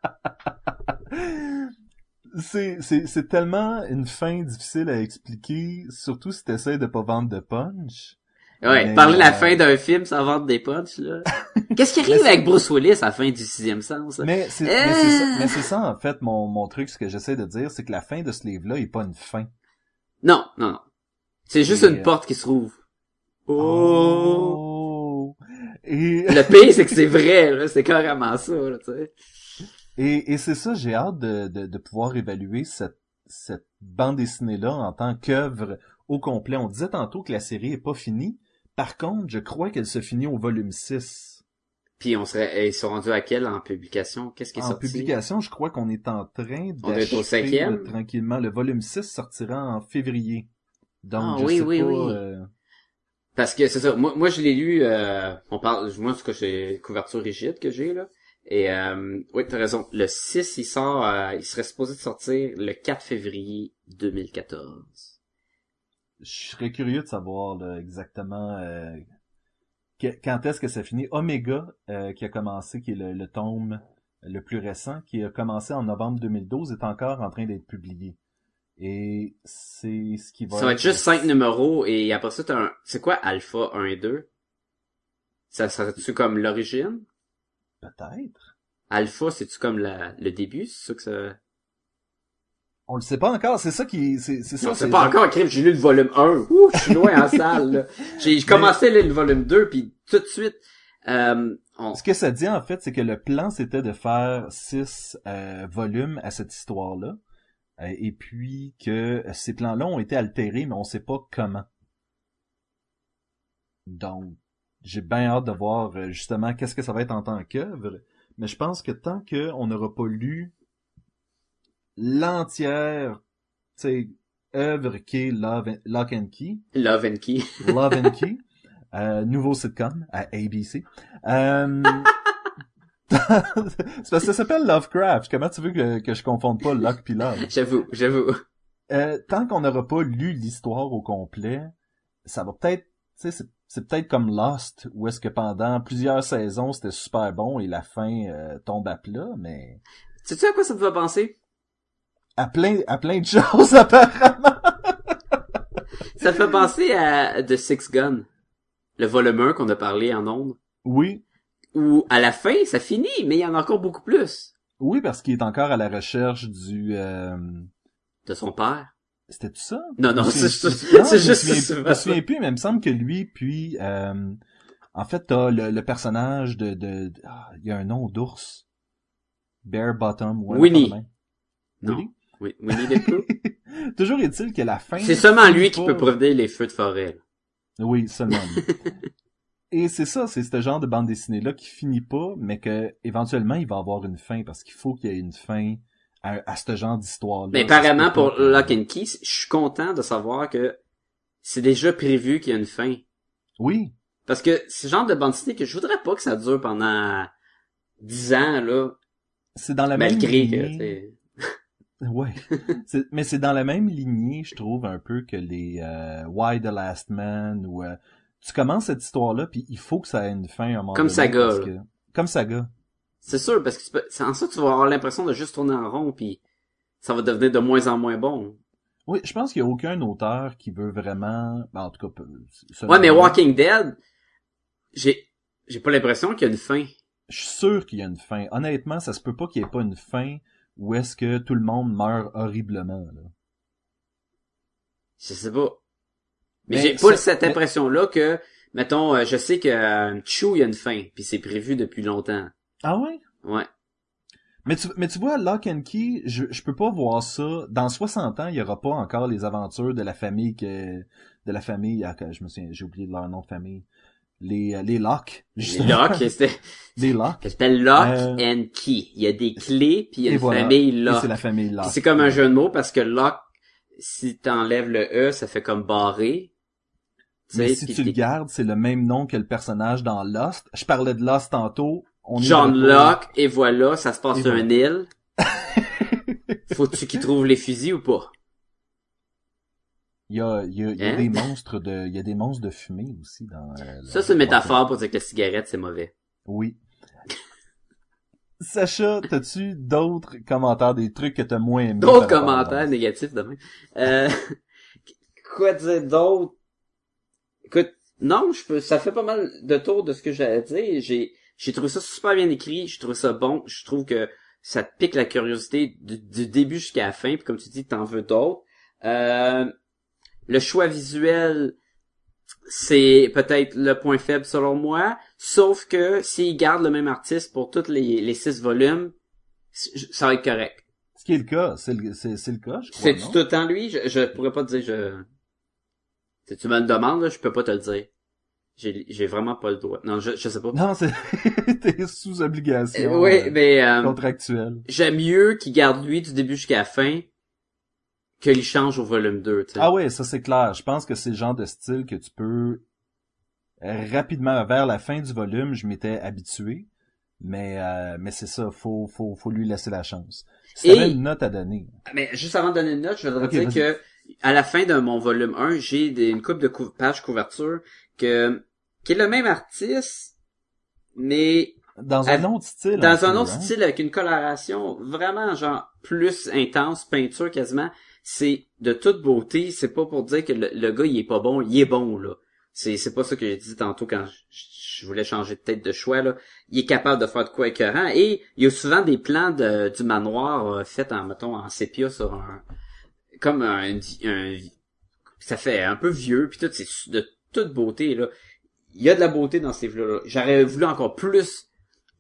c'est, c'est, c'est tellement une fin difficile à expliquer, surtout si t'essaies de pas vendre de punch. Ouais, mais, parler de la euh... fin d'un film sans vendre des punchs, là. Qu'est-ce qui arrive avec Bruce Willis à la fin du sixième sens, là? Mais c'est, euh... mais c'est ça, mais c'est ça, en fait, mon, mon truc, ce que j'essaie de dire, c'est que la fin de ce livre-là est pas une fin. Non, non, non. C'est juste Et, une euh... porte qui se rouvre. Oh! oh. Et... Le pire, c'est que c'est vrai, là. C'est carrément ça, là, tu sais. Et, et c'est ça, j'ai hâte de, de, de pouvoir évaluer cette, cette bande dessinée-là en tant qu'œuvre au complet. On disait tantôt que la série est pas finie. Par contre, je crois qu'elle se finit au volume six. Puis on serait, ils sont rendus à quelle en publication? Qu'est-ce qui est en sorti? En publication, je crois qu'on est en train on est au cinquième? tranquillement. Le volume six sortira en février. Donc, ah, je oui, sais oui, pas... oui. Euh... Parce que c'est ça, moi, moi je l'ai lu, euh, on parle, moi ce que j'ai, couverture rigide que j'ai, là. Et euh, oui, t'as raison, le six, il sort, euh, il serait supposé de sortir le quatre février deux mille quatorze. Je serais curieux de savoir là, exactement euh, que, quand est-ce que ça finit. Omega, euh, qui a commencé, qui est le, le tome le plus récent, qui a commencé en novembre deux mille douze, est encore en train d'être publié. Et c'est ce qui va... Ça va être juste cinq numéros, et après ça, t'as un... C'est quoi Alpha un et deux? Ça serait-tu comme l'origine? Peut-être. Alpha, c'est-tu comme la, le début? C'est ça que ça... On le sait pas encore, c'est ça qui... C'est, c'est ça, non, c'est, c'est pas genre... encore, crime, j'ai lu le volume un. Ouh, je suis loin en salle, là. J'ai, j'ai commencé à lire le volume deux, puis tout de suite... Euh, on... Ce que ça dit, en fait, c'est que le plan, c'était de faire six euh, volumes à cette histoire-là. Euh, et puis que ces plans-là ont été altérés, mais on sait pas comment. Donc, j'ai bien hâte de voir euh, justement qu'est-ce que ça va être en tant qu'œuvre. Mais je pense que tant qu'on n'aura pas lu l'entière, tu sais, œuvre qui est Love, Lock and Key. Love and Key. Love and Key. Euh, nouveau sitcom à A B C. Euh, c'est parce que ça s'appelle Lovecraft. Comment tu veux que, que je confonde pas Locke pis Love? J'avoue, j'avoue. Euh, tant qu'on n'aura pas lu l'histoire au complet, ça va peut-être, tu sais, c'est, c'est peut-être comme Lost, où est-ce que pendant plusieurs saisons, c'était super bon et la fin euh, tombe à plat, mais... Sais-tu à quoi ça me fait penser? À plein, à plein de choses, apparemment! Ça me fait penser à The Six Gun, le volume un qu'on a parlé en ondes. Oui. Où, à la fin, ça finit, mais il y en a encore beaucoup plus. Oui, parce qu'il est encore à la recherche du... Euh... De son père. C'était tout ça? Non, non, c'est, c'est, c'est, non, c'est je juste... Me souviens, je me souviens plus, mais il me semble que lui, puis... Euh, en fait, t'as le, le personnage de... de, de ah, il y a un nom d'ours. Bear Bottom. Ouais, Winnie. Non. Winnie? Oui, Winnie the Pooh. Toujours est-il que la fin... C'est seulement lui qui pas... peut prévenir les feux de forêt. Là. Oui, seulement lui. Et c'est ça, c'est ce genre de bande dessinée-là qui finit pas, mais que éventuellement il va avoir une fin, parce qu'il faut qu'il y ait une fin à, à ce genre d'histoire-là. Mais apparemment, pour que... Lock and Key, je suis content de savoir que c'est déjà prévu qu'il y a une fin. Oui. Parce que c'est le genre de bande dessinée que je voudrais pas que ça dure pendant dix ans, là. C'est dans la Malgré même lignée... que, ouais. c'est, mais c'est dans la même lignée, je trouve, un peu que les euh, Why the Last Man, ou... Euh, tu commences cette histoire-là, puis il faut que ça ait une fin à un moment Comme donné. Saga, parce que... Comme Saga. C'est sûr, parce que tu peux... c'est en ça que tu vas avoir l'impression de juste tourner en rond, puis ça va devenir de moins en moins bon. Oui, je pense qu'il y a aucun auteur qui veut vraiment... Ben, en tout cas... Ouais, mais Walking Dead, j'ai j'ai pas l'impression qu'il y a une fin. Je suis sûr qu'il y a une fin. Honnêtement, ça se peut pas qu'il y ait pas une fin où est-ce que tout le monde meurt horriblement, là. Je sais pas. Mais, mais j'ai ça, pas cette mais... impression-là que, mettons, euh, je sais que euh, Chou, il y a une fin, puis c'est prévu depuis longtemps. Ah ouais? Ouais. Mais tu, mais tu vois, Lock and Key, je, je peux pas voir ça. Dans soixante ans, il y aura pas encore les aventures de la famille que, de la famille, ah, je me souviens, j'ai oublié leur nom de famille. les les Locke. Les Locke, c'était... Les Locke. Ça s'appelle Lock Euh, and Key. Il y a des clés, puis il y a Et une voilà. famille Et Lock. c'est la famille Locke. Puis c'est comme un jeu de mots, parce que Lock, si t'enlèves le E, ça fait comme barré. Tu Mais sais, si puis tu le t'es- gardes, c'est le même nom que le personnage dans Lost. Je parlais de Lost tantôt. On est John de retour. Locke, et voilà, ça se passe Et sur voilà. une île. Faut-tu qu'il trouve les fusils ou pas? Il y a, il y a, il y a Hein? des monstres de, il y a des monstres de fumée aussi dans. euh, Ça, la- c'est une métaphore pour dire que la cigarette, c'est mauvais. Oui. Sacha, t'as-tu d'autres commentaires, des trucs que t'as moins aimés? D'autres par rapport à commentaires Lost? négatifs demain. Euh, quoi dire d'autre? Écoute, non, je peux, ça fait pas mal de tour de ce que j'allais dire. J'ai, j'ai trouvé ça super bien écrit, je trouve ça bon, je trouve que ça te pique la curiosité du, du début jusqu'à la fin, puis comme tu dis, t'en veux d'autres. Euh, le choix visuel, c'est peut-être le point faible selon moi, sauf que s'ils gardent le même artiste pour tous les, les six volumes, c- ça va être correct. Ce qui est le cas, c'est le, c'est, c'est le cas, je crois, C'est-tu non? tout le temps lui? Je, je pourrais pas te dire, je... Si tu me le demandes, là, je peux pas te le dire. J'ai, j'ai vraiment pas le droit. Non, je, je sais pas. Non, c'est, t'es sous obligation. Euh, oui, euh, mais euh, contractuelle. j'aime mieux qu'il garde lui du début jusqu'à la fin qu'il change au volume deux, tu sais. Ah ouais, ça c'est clair. Je pense que c'est le genre de style que tu peux euh, rapidement, vers la fin du volume, je m'étais habitué. Mais euh, mais c'est ça, faut faut faut lui laisser la chance. Si t'avais Et- une note à donner. Mais juste avant de donner une note, je voudrais Ok, dire vas-y. que à la fin de mon volume un, j'ai des, une couple de cou- pages couverture que qui est le même artiste, mais Dans un à- autre style. dans un un peu, autre hein. style avec une coloration vraiment genre plus intense, peinture quasiment. C'est de toute beauté. C'est pas pour dire que le, le gars il est pas bon, il est bon là. C'est c'est pas ça que j'ai dit tantôt quand je, je voulais changer de tête de choix là. Il est capable de faire de quoi écœurant et il y a souvent des plans de, du manoir euh, faits en mettons en sépia sur un comme un, un ça fait un peu vieux puis tout c'est de toute beauté là. Il y a de la beauté dans ces livres-là. J'aurais voulu encore plus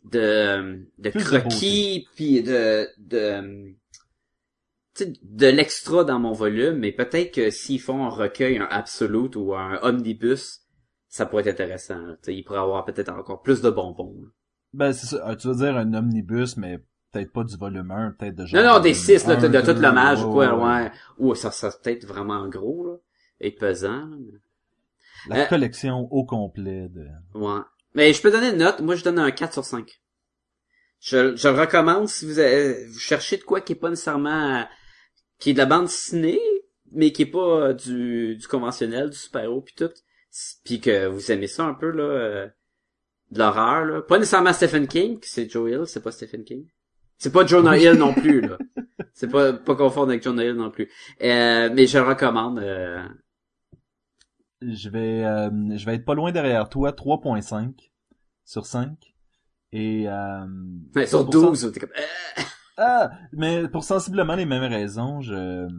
de de Plus de croquis puis de de tu sais, de l'extra dans mon volume, mais peut-être que s'ils font un recueil, un absolute ou un omnibus, ça pourrait être intéressant. là. Tu sais, il pourrait avoir peut-être encore plus de bonbons. là. Ben c'est ça. Euh, Tu veux dire un omnibus, mais peut-être pas du volume un, peut-être de genre. Non, non, des volume six, là, un, de, de tout deux, l'hommage ou quoi, ouais, ouais. ouais. Ou ça, ça peut-être vraiment gros, là. Et pesant, là. La Euh, collection au complet de. Ouais. Mais je peux donner une note. Moi, je donne un quatre sur cinq. Je, je le recommande si vous, avez, vous cherchez de quoi qui est pas nécessairement... euh, qui est de la bande dessinée, mais qui est pas euh, du, du conventionnel, du super-héros pis tout. Puis que vous aimez ça un peu, là, euh, de l'horreur, là. Pas nécessairement Stephen King, c'est Joe Hill, c'est pas Stephen King. C'est pas Jonah Hill non plus, là. C'est pas, pas confondre avec Jonah Hill non plus. Euh, mais je le recommande. Euh... Je vais euh, je vais être pas loin derrière toi, trois virgule cinq sur cinq. Et euh, Ouais, sur pour douze, sens- t'es comme... euh, Ah, mais pour sensiblement les mêmes raisons, je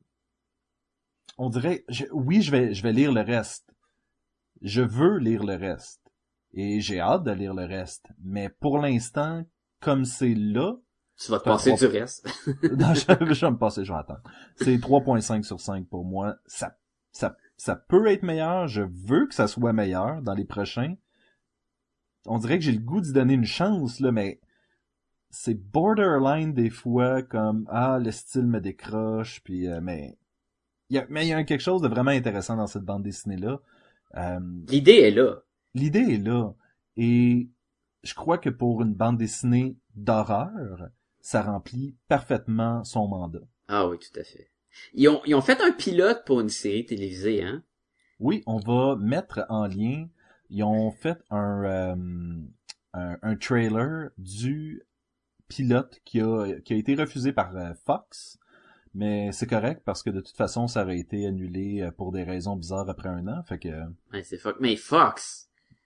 on dirait je... oui, je vais je vais lire le reste. Je veux lire le reste et j'ai hâte de lire le reste, mais pour l'instant comme c'est là, Tu vas te T'as passer trois- du reste. non, je, je vais me passer, je vais attendre. C'est trois virgule cinq sur cinq pour moi. Ça ça ça peut être meilleur, je veux que ça soit meilleur dans les prochains. On dirait que j'ai le goût d'y donner une chance là, mais c'est borderline des fois comme ah le style me décroche puis euh, mais il y a mais il y a quelque chose de vraiment intéressant dans cette bande dessinée là. Euh, L'idée est là. l'idée est là et je crois que pour une bande dessinée d'horreur, ça remplit parfaitement son mandat. Ah oui, tout à fait. Ils ont, ils ont fait un pilote pour une série télévisée, hein? Oui, on va mettre en lien. Ils ont fait un euh, un, un trailer du pilote qui a qui a été refusé par euh, Fox, mais c'est correct parce que de toute façon ça aurait été annulé euh, pour des raisons bizarres après un an, fait que Ouais, c'est Fox. Mais Fox!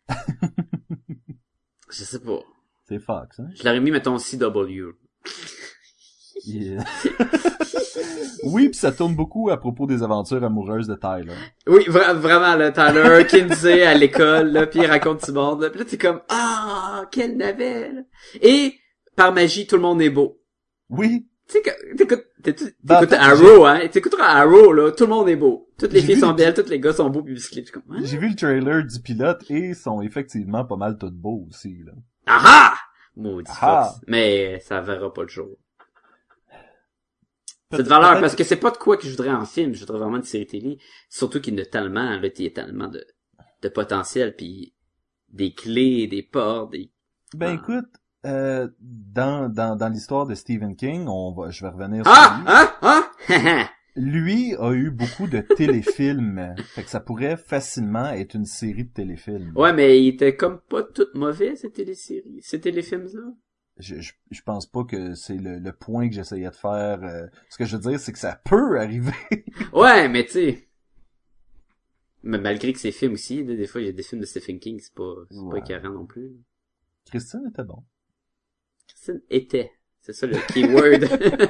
Je sais pas. c'est Fox, hein. Je l'aurais mis, mettons, C W. Yeah. Oui, puis ça tourne beaucoup à propos des aventures amoureuses de Tyler. Oui, vra- vraiment, là, Tyler, Kinsey à l'école, là, puis il raconte du monde, là, puis là, t'es comme, ah, quel navet, là. Et, par magie, tout le monde est beau. Oui, Tu sais que, t'écoutes, t'écoutes, Dans t'écoutes le temps, Arrow, hein, t'écoutes Arrow, là, tout le monde est beau. Toutes les J'ai filles vu sont le- belles, tous les gars sont beaux pis musclés. Je suis comme, hein? J'ai vu le trailer du pilote et ils sont effectivement pas mal tous beaux aussi, là. Ah ah! Maudit Ah! Fox. Mais ça verra pas le jour. Peut- Cette valeur, peut-être- parce que c'est pas de quoi que je voudrais en film, je voudrais vraiment une série télé. Surtout qu'il y en a tellement, là, il y a tellement de, de potentiel, puis des clés, des portes, des... Ben Ah. écoute, euh, dans, dans, dans l'histoire de Stephen King, on va, je vais revenir sur Ah! lui. Ah! Ah! Lui a eu beaucoup de téléfilms. Fait que ça pourrait facilement être une série de téléfilms. Ouais, mais il était comme pas tout mauvais, ces téléséries, ces téléfilms-là. Je, je, je pense pas que c'est le, le point que j'essayais de faire. euh, ce que je veux dire, c'est que ça peut arriver. Ouais, mais tu sais... Mais malgré que c'est films aussi, là, des fois, il y a des films de Stephen King, c'est pas, c'est Ouais. pas écœurant non plus. Christine était bon. Christine était. C'est ça le keyword.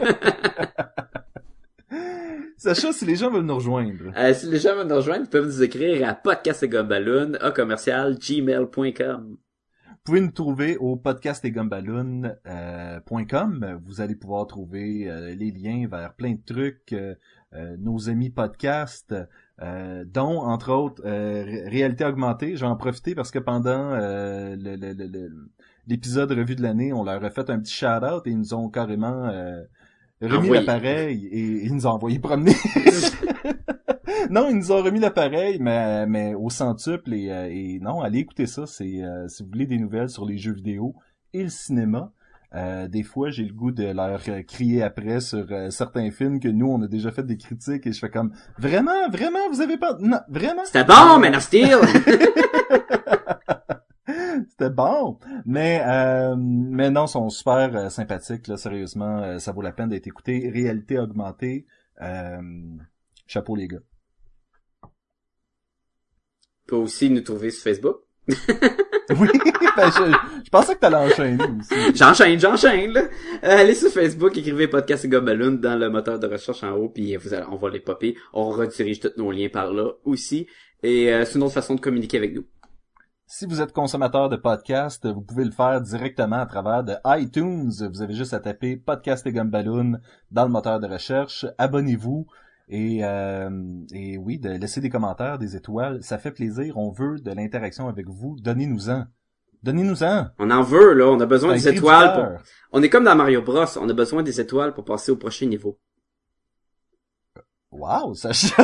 Sacha, si les gens veulent nous rejoindre, Euh, si les gens veulent nous rejoindre, ils peuvent nous écrire à podcastgumballoon, à commercial, gmail point com. vous pouvez nous trouver au podcast et gumballoon point com. Vous allez pouvoir trouver euh, les liens vers plein de trucs, euh, euh, nos amis podcasts, euh, dont, entre autres, euh, Ré- Réalité Augmentée. Je vais en profiter parce que pendant euh, le, le, le, le- l'épisode revue de l'année, on leur a fait un petit shout-out et ils nous ont carrément euh, remis Envoyé. l'appareil et ils nous ont envoyé promener. Non, ils nous ont remis l'appareil, mais, mais au centuple et, euh, et non, allez écouter ça. C'est euh, si vous voulez des nouvelles sur les jeux vidéo et le cinéma. Euh, des fois, j'ai le goût de leur euh, crier après sur euh, certains films que nous, on a déjà fait des critiques et je fais comme vraiment, vraiment, vous avez pas, non, vraiment. C'était bon, Man of Steel! C'était bon, mais euh, mais non, ils sont super euh, sympathiques là, sérieusement, euh, ça vaut la peine d'être écouté. Réalité augmentée, euh, chapeau les gars. Tu peux aussi nous trouver sur Facebook. Oui, ben je, je pensais que t'allais enchaîner aussi. J'enchaîne, j'enchaîne, là. Euh, allez sur Facebook, écrivez Podcast et Gumballoon dans le moteur de recherche en haut, puis vous allez, on va les popper. On redirige tous nos liens par là aussi. Et euh, c'est une autre façon de communiquer avec nous. Si vous êtes consommateur de podcasts, vous pouvez le faire directement à travers de iTunes. Vous avez juste à taper Podcast et Gumballoon dans le moteur de recherche. Abonnez-vous. Et, euh, et oui, de laisser des commentaires, des étoiles, ça fait plaisir. On veut de l'interaction avec vous. Donnez-nous-en. Donnez-nous-en. On en veut, là. On a besoin Un des cri du étoiles. cœur. Pour... On est comme dans Mario Bros. On a besoin des étoiles pour passer au prochain niveau. Wow, Sacha!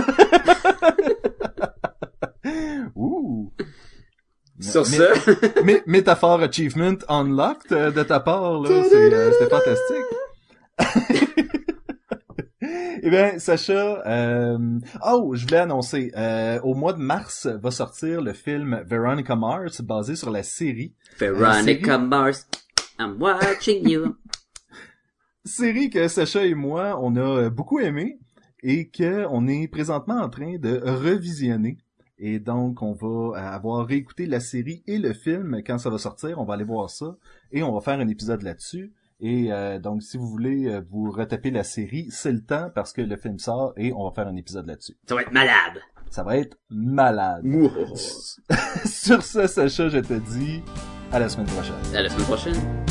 Ouh! Sur Mé- ce... mé- métaphore achievement unlocked euh, de ta part, là. C'est, euh, c'était fantastique. Eh bien, Sacha, euh... oh, je voulais annoncer, euh, au mois de mars va sortir le film Veronica Mars, basé sur la série. Veronica série. Mars, I'm watching you. Série que Sacha et moi, on a beaucoup aimé et que on est présentement en train de revisionner. Et donc, on va avoir réécouté la série et le film quand ça va sortir. On va aller voir ça et on va faire un épisode là-dessus. Et euh, donc, si vous voulez euh, vous retaper la série, c'est le temps parce que le film sort et on va faire un épisode là-dessus. Ça va être malade. Ça va être malade. Mouah. Sur ce, Sacha, je te dis à la semaine prochaine. À la semaine prochaine.